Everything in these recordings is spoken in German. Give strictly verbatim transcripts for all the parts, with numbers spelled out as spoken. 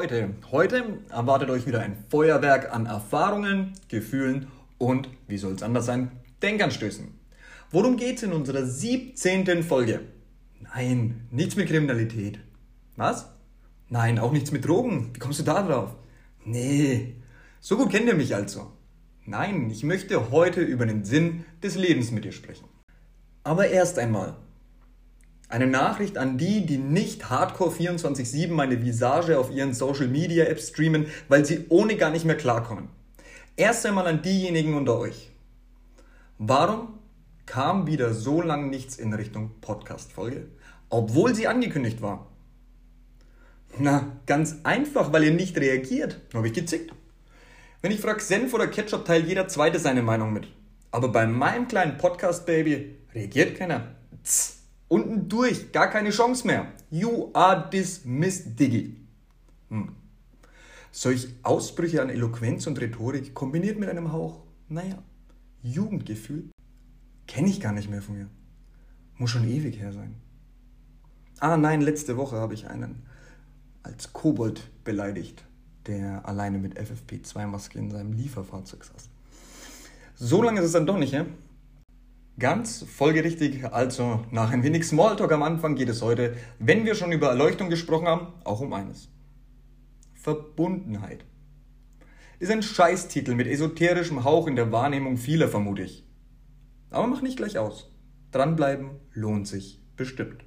Leute, heute erwartet euch wieder ein Feuerwerk an Erfahrungen, Gefühlen und, wie soll es anders sein, Denkanstößen. Worum geht's in unserer siebzehnten Folge? Nein, nichts mit Kriminalität. Was? Nein, auch nichts mit Drogen. Wie kommst du da drauf? Nee, so gut kennt ihr mich also. Nein, ich möchte heute über den Sinn des Lebens mit dir sprechen. Aber erst einmal eine Nachricht an die, die nicht Hardcore vierundzwanzig sieben meine Visage auf ihren Social Media Apps streamen, weil sie ohne gar nicht mehr klarkommen. Erst einmal an diejenigen unter euch. Warum kam wieder so lange nichts in Richtung Podcast-Folge, obwohl sie angekündigt war? Na, ganz einfach, weil ihr nicht reagiert. Habe ich gezickt. Wenn ich frage, Senf oder Ketchup, teilt jeder Zweite seine Meinung mit. Aber bei meinem kleinen Podcast-Baby reagiert keiner. Tss. Unten durch, gar keine Chance mehr. You are dismissed, Diggi. Hm. Solch Ausbrüche an Eloquenz und Rhetorik kombiniert mit einem Hauch, naja, Jugendgefühl, kenne ich gar nicht mehr von mir. Muss schon ewig her sein. Ah nein, letzte Woche habe ich einen als Kobold beleidigt, der alleine mit F F P zwei Maske in seinem Lieferfahrzeug saß. So lange ist es dann doch nicht, ja? Ganz folgerichtig, also nach ein wenig Smalltalk am Anfang geht es heute, wenn wir schon über Erleuchtung gesprochen haben, auch um eines. Verbundenheit. Ist ein Scheißtitel mit esoterischem Hauch in der Wahrnehmung vieler, vermute ich. Aber mach nicht gleich aus. Dranbleiben lohnt sich bestimmt.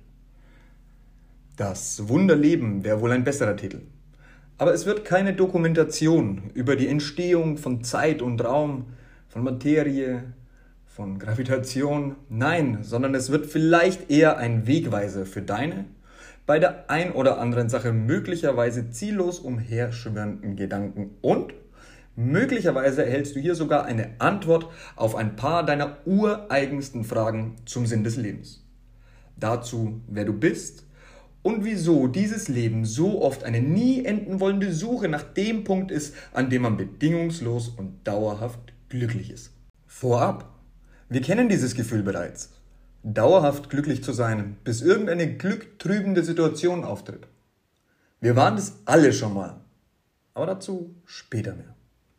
Das Wunderleben wäre wohl ein besserer Titel. Aber es wird keine Dokumentation über die Entstehung von Zeit und Raum, von Materie, von Gravitation, nein, sondern es wird vielleicht eher ein Wegweiser für deine, bei der ein oder anderen Sache möglicherweise ziellos umherschwirrenden Gedanken und möglicherweise erhältst du hier sogar eine Antwort auf ein paar deiner ureigensten Fragen zum Sinn des Lebens. Dazu, wer du bist und wieso dieses Leben so oft eine nie enden wollende Suche nach dem Punkt ist, an dem man bedingungslos und dauerhaft glücklich ist. Vorab. Wir kennen dieses Gefühl bereits, dauerhaft glücklich zu sein, bis irgendeine glücktrübende Situation auftritt. Wir waren es alle schon mal, aber dazu später mehr.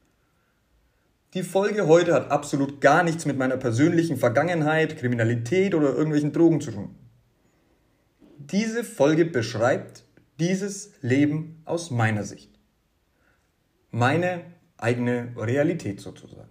Die Folge heute hat absolut gar nichts mit meiner persönlichen Vergangenheit, Kriminalität oder irgendwelchen Drogen zu tun. Diese Folge beschreibt dieses Leben aus meiner Sicht. Meine eigene Realität sozusagen.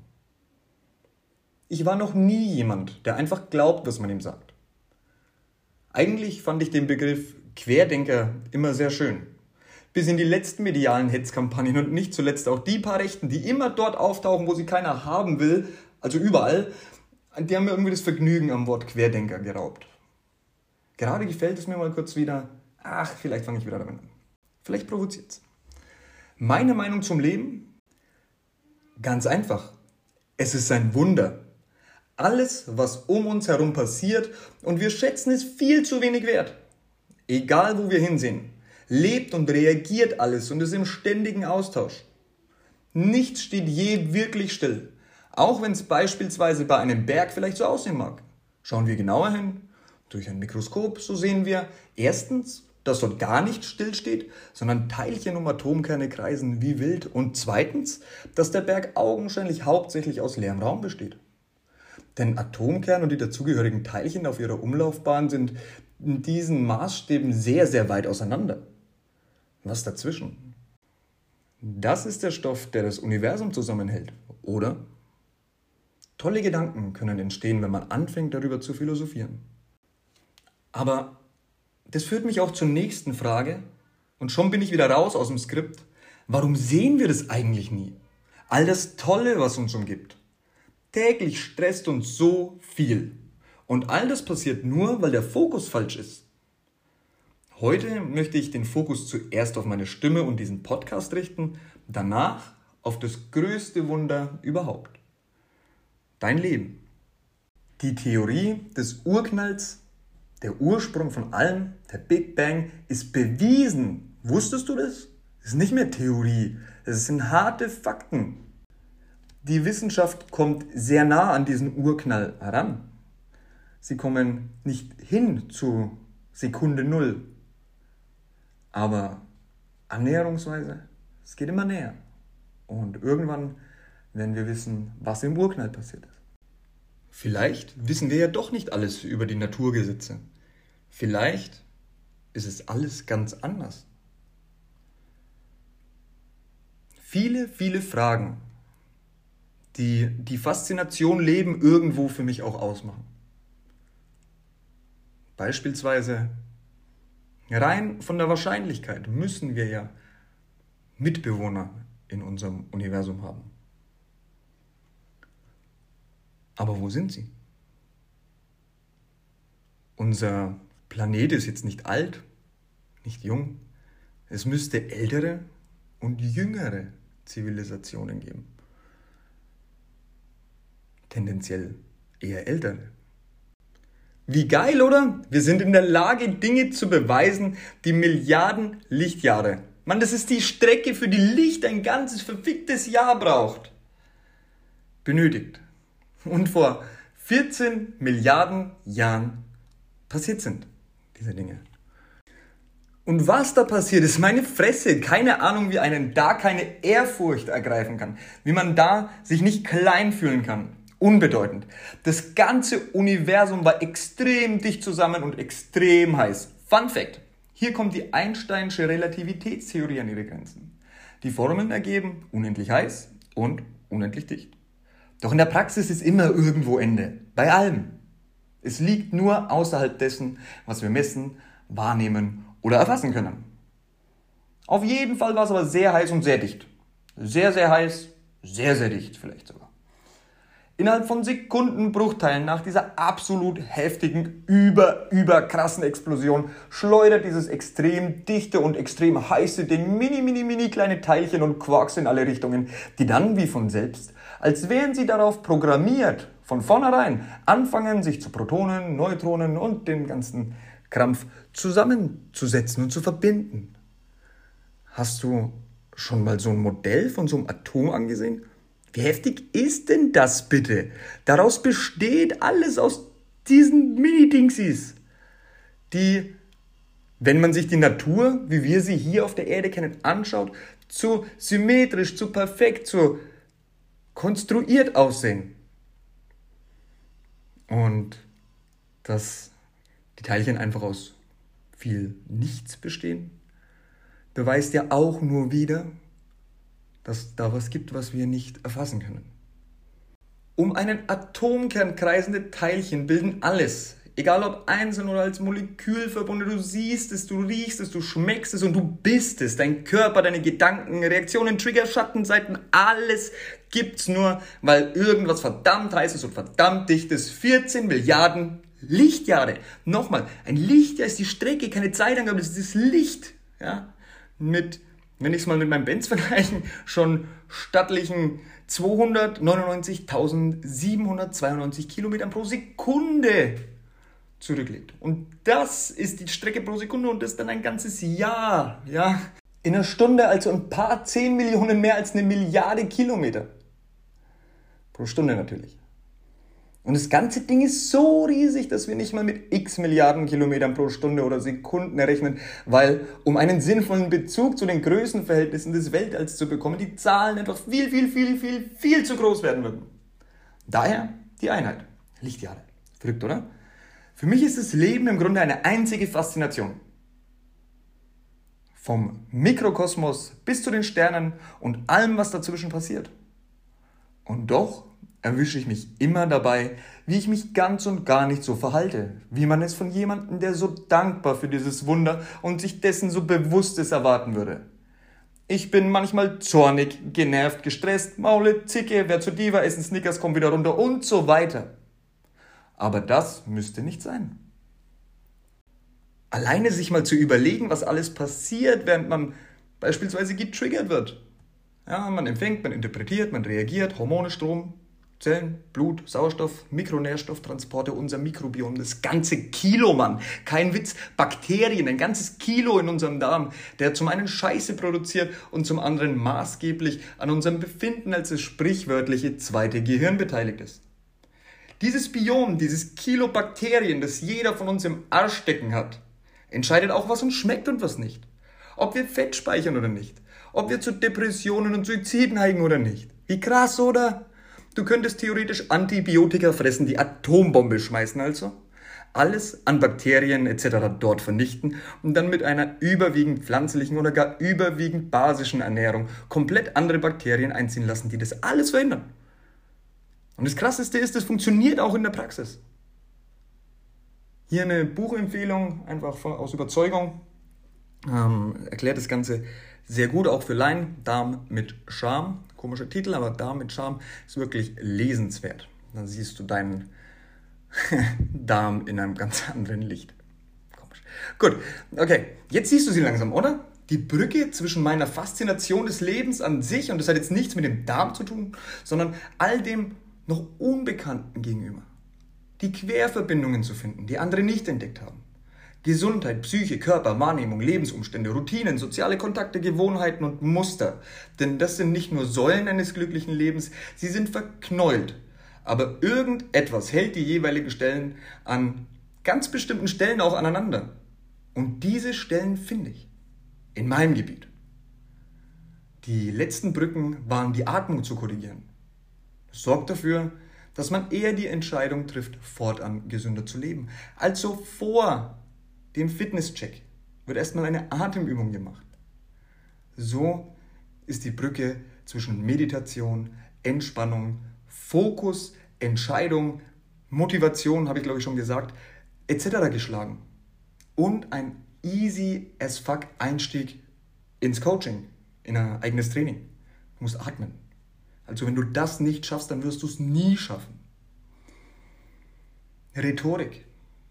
Ich war noch nie jemand, der einfach glaubt, was man ihm sagt. Eigentlich fand ich den Begriff Querdenker immer sehr schön. Bis in die letzten medialen Hetzkampagnen und nicht zuletzt auch die paar Rechten, die immer dort auftauchen, wo sie keiner haben will, also überall, die haben mir irgendwie das Vergnügen am Wort Querdenker geraubt. Gerade gefällt es mir mal kurz wieder, ach, vielleicht fange ich wieder damit an. Vielleicht provoziert's. Meine Meinung zum Leben? Ganz einfach. Es ist ein Wunder. Alles, was um uns herum passiert und wir schätzen es viel zu wenig wert. Egal wo wir hinsehen, lebt und reagiert alles und ist im ständigen Austausch. Nichts steht je wirklich still, auch wenn es beispielsweise bei einem Berg vielleicht so aussehen mag. Schauen wir genauer hin, durch ein Mikroskop, so sehen wir erstens, dass dort gar nichts stillsteht, sondern Teilchen um Atomkerne kreisen wie wild und zweitens, dass der Berg augenscheinlich hauptsächlich aus leerem Raum besteht. Denn Atomkern und die dazugehörigen Teilchen auf ihrer Umlaufbahn sind in diesen Maßstäben sehr, sehr weit auseinander. Was dazwischen? Das ist der Stoff, der das Universum zusammenhält, oder? Tolle Gedanken können entstehen, wenn man anfängt, darüber zu philosophieren. Aber das führt mich auch zur nächsten Frage und schon bin ich wieder raus aus dem Skript. Warum sehen wir das eigentlich nie? All das Tolle, was uns umgibt. Täglich stresst uns so viel. Und all das passiert nur, weil der Fokus falsch ist. Heute möchte ich den Fokus zuerst auf meine Stimme und diesen Podcast richten, danach auf das größte Wunder überhaupt. Dein Leben. Die Theorie des Urknalls, der Ursprung von allem, der Big Bang, ist bewiesen. Wusstest du das? Das ist nicht mehr Theorie, das sind harte Fakten. Die Wissenschaft kommt sehr nah an diesen Urknall heran. Sie kommen nicht hin zu Sekunde Null. Aber Ernährungsweise, es geht immer näher. Und irgendwann werden wir wissen, was im Urknall passiert ist. Vielleicht wissen wir ja doch nicht alles über die Naturgesetze. Vielleicht ist es alles ganz anders. Viele, viele Fragen, die die Faszination Leben irgendwo für mich auch ausmachen. Beispielsweise, rein von der Wahrscheinlichkeit müssen wir ja Mitbewohner in unserem Universum haben. Aber wo sind sie? Unser Planet ist jetzt nicht alt, nicht jung. Es müsste ältere und jüngere Zivilisationen geben. Tendenziell eher ältere. Wie geil, oder? Wir sind in der Lage, Dinge zu beweisen, die Milliarden Lichtjahre. Mann, das ist die Strecke, für die Licht ein ganzes verficktes Jahr braucht. Benötigt. Und vor vierzehn Milliarden Jahren passiert sind diese Dinge. Und was da passiert, ist meine Fresse. Keine Ahnung, wie einen da keine Ehrfurcht ergreifen kann. Wie man da sich nicht klein fühlen kann. Unbedeutend. Das ganze Universum war extrem dicht zusammen und extrem heiß. Fun Fact. Hier kommt die Einsteinsche Relativitätstheorie an ihre Grenzen. Die Formeln ergeben unendlich heiß und unendlich dicht. Doch in der Praxis ist immer irgendwo Ende. Bei allem. Es liegt nur außerhalb dessen, was wir messen, wahrnehmen oder erfassen können. Auf jeden Fall war es aber sehr heiß und sehr dicht. Sehr, sehr heiß, sehr, sehr dicht vielleicht sogar. Innerhalb von Sekundenbruchteilen nach dieser absolut heftigen, über, über krassen Explosion schleudert dieses extrem dichte und extrem heiße Ding mini, mini, mini kleine Teilchen und Quarks in alle Richtungen, die dann wie von selbst, als wären sie darauf programmiert, von vornherein anfangen, sich zu Protonen, Neutronen und den ganzen Krampf zusammenzusetzen und zu verbinden. Hast du schon mal so ein Modell von so einem Atom angesehen? Wie heftig ist denn das bitte? Daraus besteht alles aus diesen Mini-Dingsies, die, wenn man sich die Natur, wie wir sie hier auf der Erde kennen, anschaut, zu symmetrisch, zu perfekt, zu konstruiert aussehen. Und dass die Teilchen einfach aus viel Nichts bestehen, beweist ja auch nur wieder, dass da was gibt, was wir nicht erfassen können. Um einen Atomkern kreisende Teilchen bilden alles, egal ob einzeln oder als Molekül verbunden. Du siehst es, du riechst es, du schmeckst es und du bist es. Dein Körper, deine Gedanken, Reaktionen, Trigger, Schattenseiten, alles gibt's nur, weil irgendwas verdammt heiß ist und verdammt dicht ist. vierzehn Milliarden Lichtjahre. Nochmal, ein Lichtjahr ist die Strecke, keine Zeitangabe, das ist das Licht. Ja? Mit Wenn ich es mal mit meinem Benz vergleichen, schon stattlichen zweihundertneunundneunzigtausendsiebenhundertzweiundneunzig Kilometern pro Sekunde zurücklegt. Und das ist die Strecke pro Sekunde und das ist dann ein ganzes Jahr. Ja? In einer Stunde also ein paar zehn Millionen mehr als eine Milliarde Kilometer. Pro Stunde natürlich. Und das ganze Ding ist so riesig, dass wir nicht mal mit x Milliarden Kilometern pro Stunde oder Sekunden rechnen, weil, um einen sinnvollen Bezug zu den Größenverhältnissen des Weltalls zu bekommen, die Zahlen einfach viel, viel, viel, viel, viel zu groß werden würden. Daher die Einheit. Lichtjahre. Verrückt, oder? Für mich ist das Leben im Grunde eine einzige Faszination. Vom Mikrokosmos bis zu den Sternen und allem, was dazwischen passiert. Und doch erwische ich mich immer dabei, wie ich mich ganz und gar nicht so verhalte, wie man es von jemandem, der so dankbar für dieses Wunder und sich dessen so bewusst ist, erwarten würde. Ich bin manchmal zornig, genervt, gestresst, maule, zicke, wer zu Diva, essen Snickers, komm wieder runter und so weiter. Aber das müsste nicht sein. Alleine sich mal zu überlegen, was alles passiert, während man beispielsweise getriggert wird. Ja, man empfängt, man interpretiert, man reagiert, Hormone, Strom, Zellen, Blut, Sauerstoff, Mikronährstofftransporte, unser Mikrobiom, das ganze Kilo, Mann. Kein Witz, Bakterien, ein ganzes Kilo in unserem Darm, der zum einen Scheiße produziert und zum anderen maßgeblich an unserem Befinden als das sprichwörtliche zweite Gehirn beteiligt ist. Dieses Biom, dieses Kilo Bakterien, das jeder von uns im Arsch stecken hat, entscheidet auch, was uns schmeckt und was nicht. ob wir Fett speichern oder nicht, ob wir zu Depressionen und Suizid neigen oder nicht. Wie krass, oder? Du könntest theoretisch Antibiotika fressen, die Atombombe schmeißen also, alles an Bakterien et cetera dort vernichten und dann mit einer überwiegend pflanzlichen oder gar überwiegend basischen Ernährung komplett andere Bakterien einziehen lassen, die das alles verhindern. Und das Krasseste ist, es funktioniert auch in der Praxis. Hier eine Buchempfehlung, einfach aus Überzeugung, ähm, erklärt das Ganze sehr gut, auch für Laien. Darm mit Charme, komischer Titel, aber Darm mit Charme ist wirklich lesenswert. Dann siehst du deinen Darm in einem ganz anderen Licht. Komisch. Gut, okay, jetzt siehst du sie langsam, oder? Die Brücke zwischen meiner Faszination des Lebens an sich, und das hat jetzt nichts mit dem Darm zu tun, sondern all dem noch Unbekannten gegenüber. Die Querverbindungen zu finden, die andere nicht entdeckt haben. Gesundheit, Psyche, Körper, Wahrnehmung, Lebensumstände, Routinen, soziale Kontakte, Gewohnheiten und Muster. Denn das sind nicht nur Säulen eines glücklichen Lebens, sie sind verknäult. Aber irgendetwas hält die jeweiligen Stellen an ganz bestimmten Stellen auch aneinander. Und diese Stellen finde ich in meinem Gebiet. Die letzten Brücken waren die Atmung zu korrigieren. Das sorgt dafür, dass man eher die Entscheidung trifft, fortan gesünder zu leben. Also vor dem Fitnesscheck wird erstmal eine Atemübung gemacht. So ist die Brücke zwischen Meditation, Entspannung, Fokus, Entscheidung, Motivation, habe ich glaube ich schon gesagt, et cetera geschlagen. Und ein easy as fuck Einstieg ins Coaching, in ein eigenes Training. Du musst atmen. Also wenn du das nicht schaffst, dann wirst du es nie schaffen. Rhetorik.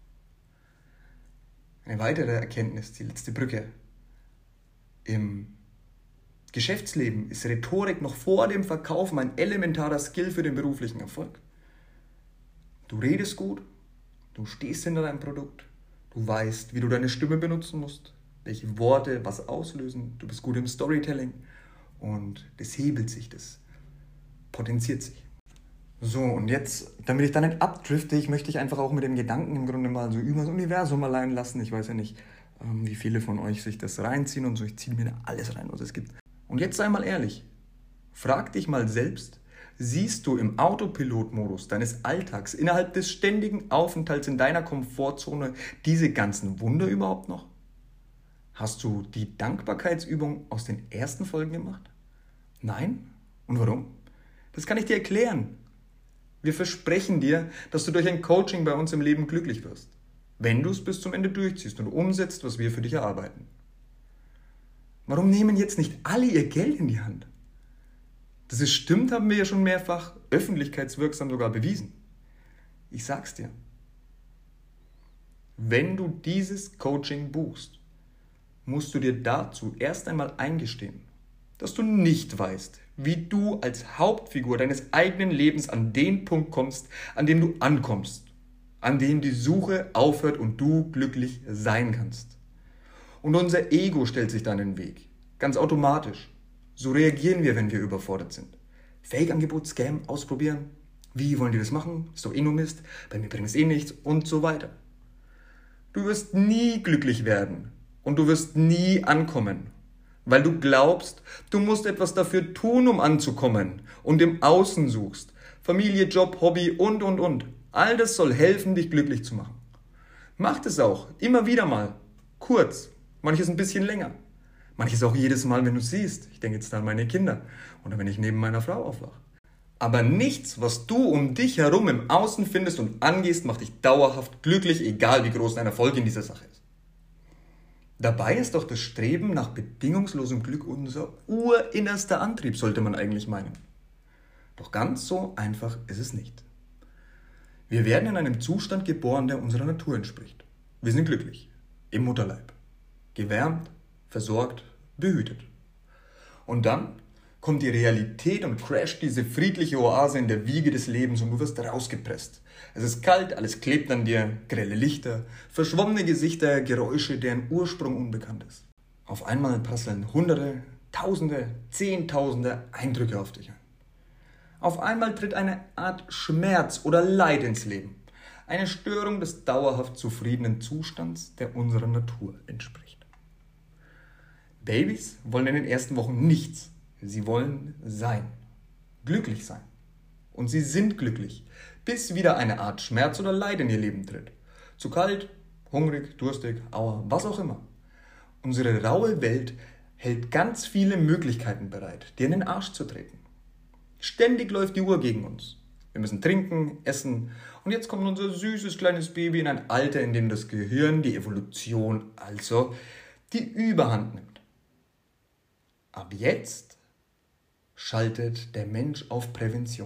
Eine weitere Erkenntnis, die letzte Brücke. Im Geschäftsleben ist Rhetorik noch vor dem Verkaufen ein elementarer Skill für den beruflichen Erfolg. Du redest gut, du stehst hinter deinem Produkt, du weißt, wie du deine Stimme benutzen musst, welche Worte was auslösen, du bist gut im Storytelling und das hebelt sich, das potenziert sich. So, und jetzt, damit ich da nicht abdrifte, ich möchte dich einfach auch mit dem Gedanken im Grunde mal so über das Universum allein lassen. Ich weiß ja nicht, ähm, wie viele von euch sich das reinziehen und so. Ich ziehe mir da alles rein, was es gibt. Und jetzt sei mal ehrlich, frag dich mal selbst, siehst du im Autopilotmodus deines Alltags innerhalb des ständigen Aufenthalts in deiner Komfortzone diese ganzen Wunder überhaupt noch? Hast du die Dankbarkeitsübung aus den ersten Folgen gemacht? Nein? Und warum? Das kann ich dir erklären. Wir versprechen dir, dass du durch ein Coaching bei uns im Leben glücklich wirst, wenn du es bis zum Ende durchziehst und umsetzt, was wir für dich erarbeiten. Warum nehmen jetzt nicht alle ihr Geld in die Hand? Dass es stimmt, haben wir ja schon mehrfach öffentlichkeitswirksam sogar bewiesen. Ich sag's dir. Wenn du dieses Coaching buchst, musst du dir dazu erst einmal eingestehen, dass du nicht weißt, wie du als Hauptfigur deines eigenen Lebens an den Punkt kommst, an dem du ankommst, an dem die Suche aufhört und du glücklich sein kannst. Und unser Ego stellt sich dann in den Weg, ganz automatisch. So reagieren wir, wenn wir überfordert sind. Fake-Angebot, Scam, ausprobieren. Wie wollen die das machen? Ist doch eh nur Mist, bei mir bringt es eh nichts und so weiter. Du wirst nie glücklich werden und du wirst nie ankommen. Weil du glaubst, du musst etwas dafür tun, um anzukommen und im Außen suchst. Familie, Job, Hobby und, und, und. All das soll helfen, dich glücklich zu machen. Macht es auch, immer wieder mal. Kurz, manches ein bisschen länger. Manches auch jedes Mal, wenn du es siehst. Ich denke jetzt an meine Kinder oder wenn ich neben meiner Frau aufwache. Aber nichts, was du um dich herum im Außen findest und angehst, macht dich dauerhaft glücklich, egal wie groß dein Erfolg in dieser Sache ist. Dabei ist doch das Streben nach bedingungslosem Glück unser urinnerster Antrieb, sollte man eigentlich meinen. Doch ganz so einfach ist es nicht. Wir werden in einem Zustand geboren, der unserer Natur entspricht. Wir sind glücklich, im Mutterleib, gewärmt, versorgt, behütet. Und dann kommt die Realität und crasht diese friedliche Oase in der Wiege des Lebens und du wirst rausgepresst. Es ist kalt, alles klebt an dir, grelle Lichter, verschwommene Gesichter, Geräusche, deren Ursprung unbekannt ist. Auf einmal prasseln Hunderte, Tausende, Zehntausende Eindrücke auf dich ein. Auf einmal tritt eine Art Schmerz oder Leid ins Leben. Eine Störung des dauerhaft zufriedenen Zustands, der unserer Natur entspricht. Babys wollen in den ersten Wochen nichts. Sie wollen sein. Glücklich sein. Und sie sind glücklich, bis wieder eine Art Schmerz oder Leid in ihr Leben tritt. Zu kalt, hungrig, durstig, aua, was auch immer. Unsere raue Welt hält ganz viele Möglichkeiten bereit, dir in den Arsch zu treten. Ständig läuft die Uhr gegen uns. Wir müssen trinken, essen und jetzt kommt unser süßes kleines Baby in ein Alter, in dem das Gehirn, die Evolution, also die Überhand nimmt. Ab jetzt schaltet der Mensch auf Prävention.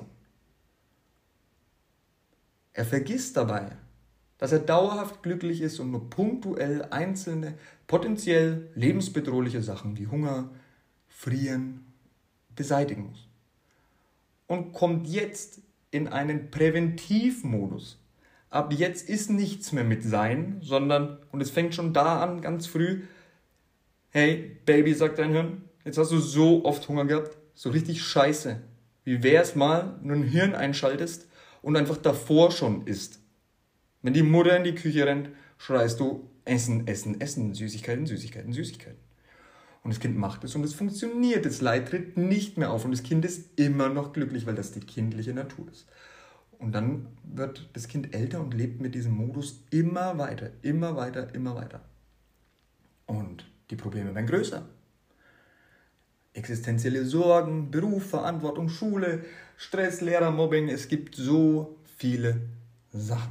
Er vergisst dabei, dass er dauerhaft glücklich ist und nur punktuell einzelne, potenziell lebensbedrohliche Sachen wie Hunger, Frieren beseitigen muss. Und kommt jetzt in einen Präventivmodus. Ab jetzt ist nichts mehr mit Sein, sondern, und es fängt schon da an, ganz früh, hey, Baby, sagt dein Hirn, jetzt hast du so oft Hunger gehabt, so richtig scheiße. Wie wär's mal, nur ein Hirn einschaltest und einfach davor schon isst. Wenn die Mutter in die Küche rennt, schreist du Essen, Essen, Essen, Süßigkeiten, Süßigkeiten, Süßigkeiten. Und das Kind macht es und es funktioniert. Das Leid tritt nicht mehr auf und das Kind ist immer noch glücklich, weil das die kindliche Natur ist. Und dann wird das Kind älter und lebt mit diesem Modus immer weiter, immer weiter, immer weiter. Und die Probleme werden größer. Existenzielle Sorgen, Beruf, Verantwortung, Schule, Stress, Lehrer, Mobbing. Es gibt so viele Sachen.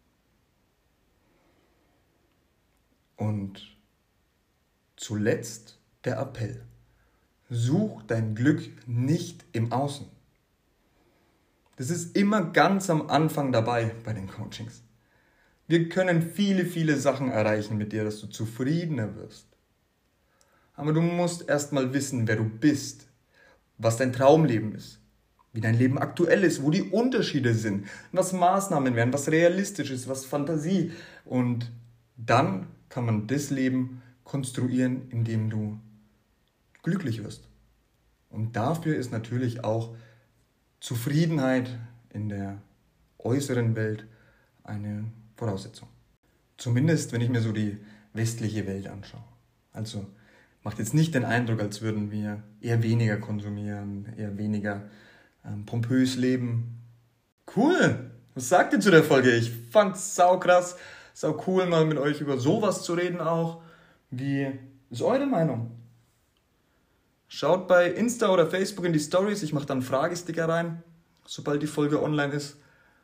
Und zuletzt der Appell. Such dein Glück nicht im Außen. Das ist immer ganz am Anfang dabei bei den Coachings. Wir können viele, viele Sachen erreichen mit dir, dass du zufriedener wirst. Aber du musst erstmal wissen, wer du bist, was dein Traumleben ist, wie dein Leben aktuell ist, wo die Unterschiede sind, was Maßnahmen wären, was realistisch ist, was Fantasie. Und dann kann man das Leben konstruieren, in dem du glücklich wirst. Und dafür ist natürlich auch Zufriedenheit in der äußeren Welt eine Voraussetzung. Zumindest, wenn ich mir so die westliche Welt anschaue. Also macht jetzt nicht den Eindruck, als würden wir eher weniger konsumieren, eher weniger ähm, pompös leben. Cool! Was sagt ihr zu der Folge? Ich fand's saukrass, sau cool, mal mit euch über sowas zu reden auch. Wie ist eure Meinung? Schaut bei Insta oder Facebook in die Stories, ich mache dann Fragesticker rein, sobald die Folge online ist.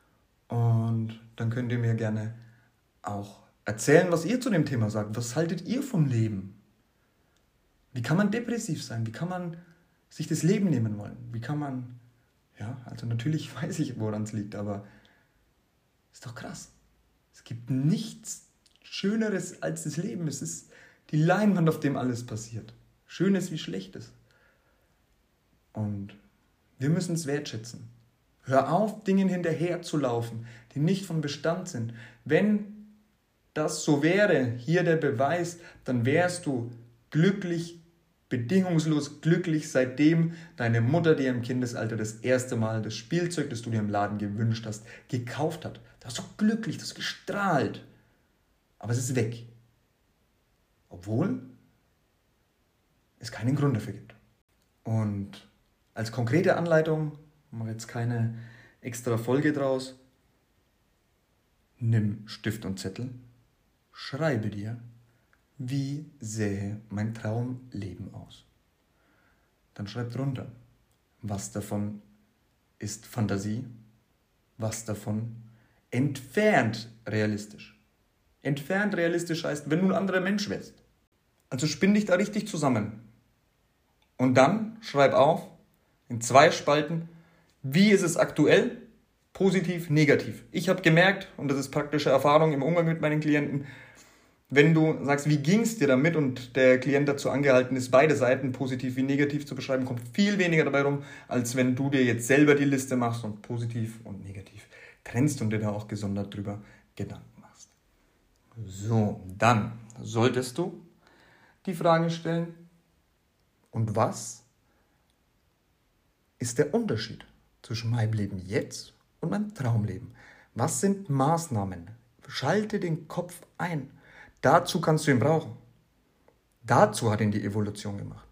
Und dann könnt ihr mir gerne auch erzählen, was ihr zu dem Thema sagt. Was haltet ihr vom Leben? Wie kann man depressiv sein? Wie kann man sich das Leben nehmen wollen? Wie kann man, ja, also natürlich weiß ich, woran es liegt, aber ist doch krass. Es gibt nichts Schöneres als das Leben. Es ist die Leinwand, auf dem alles passiert. Schönes wie Schlechtes. Und wir müssen es wertschätzen. Hör auf, Dingen hinterher zu laufen, die nicht von Bestand sind. Wenn das so wäre, hier der Beweis, dann wärst du glücklich, bedingungslos glücklich, seitdem deine Mutter dir im Kindesalter das erste Mal das Spielzeug, das du dir im Laden gewünscht hast, gekauft hat. Da warst du glücklich, das gestrahlt. Aber es ist weg. Obwohl es keinen Grund dafür gibt. Und als konkrete Anleitung, ich mache jetzt keine extra Folge draus, nimm Stift und Zettel, schreibe dir, wie sähe mein Traumleben aus? Dann schreib drunter, was davon ist Fantasie, was davon entfernt realistisch. Entfernt realistisch heißt, wenn du ein anderer Mensch wärst. Also spinn dich da richtig zusammen. Und dann schreib auf, in zwei Spalten, wie ist es aktuell, positiv, negativ. Ich habe gemerkt, und das ist praktische Erfahrung im Umgang mit meinen Klienten, wenn du sagst, wie ging es dir damit und der Klient dazu angehalten ist, beide Seiten positiv wie negativ zu beschreiben, kommt viel weniger dabei rum, als wenn du dir jetzt selber die Liste machst und positiv und negativ trennst und dir da auch gesondert drüber Gedanken machst. So, dann solltest du die Frage stellen, und was ist der Unterschied zwischen meinem Leben jetzt und meinem Traumleben? Was sind Maßnahmen? Schalte den Kopf ein. Dazu kannst du ihn brauchen. Dazu hat ihn die Evolution gemacht.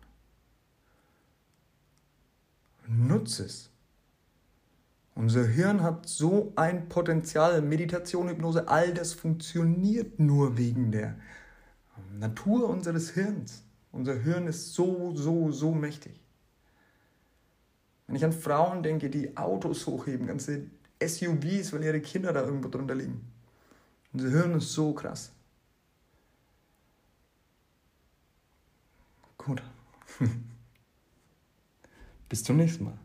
Nutze es. Unser Hirn hat so ein Potenzial. Meditation, Hypnose, all das funktioniert nur wegen der Natur unseres Hirns. Unser Hirn ist so, so, so mächtig. Wenn ich an Frauen denke, die Autos hochheben, ganze S U Vs, weil ihre Kinder da irgendwo drunter liegen. Unser Hirn ist so krass. Gut. Bis zum nächsten Mal.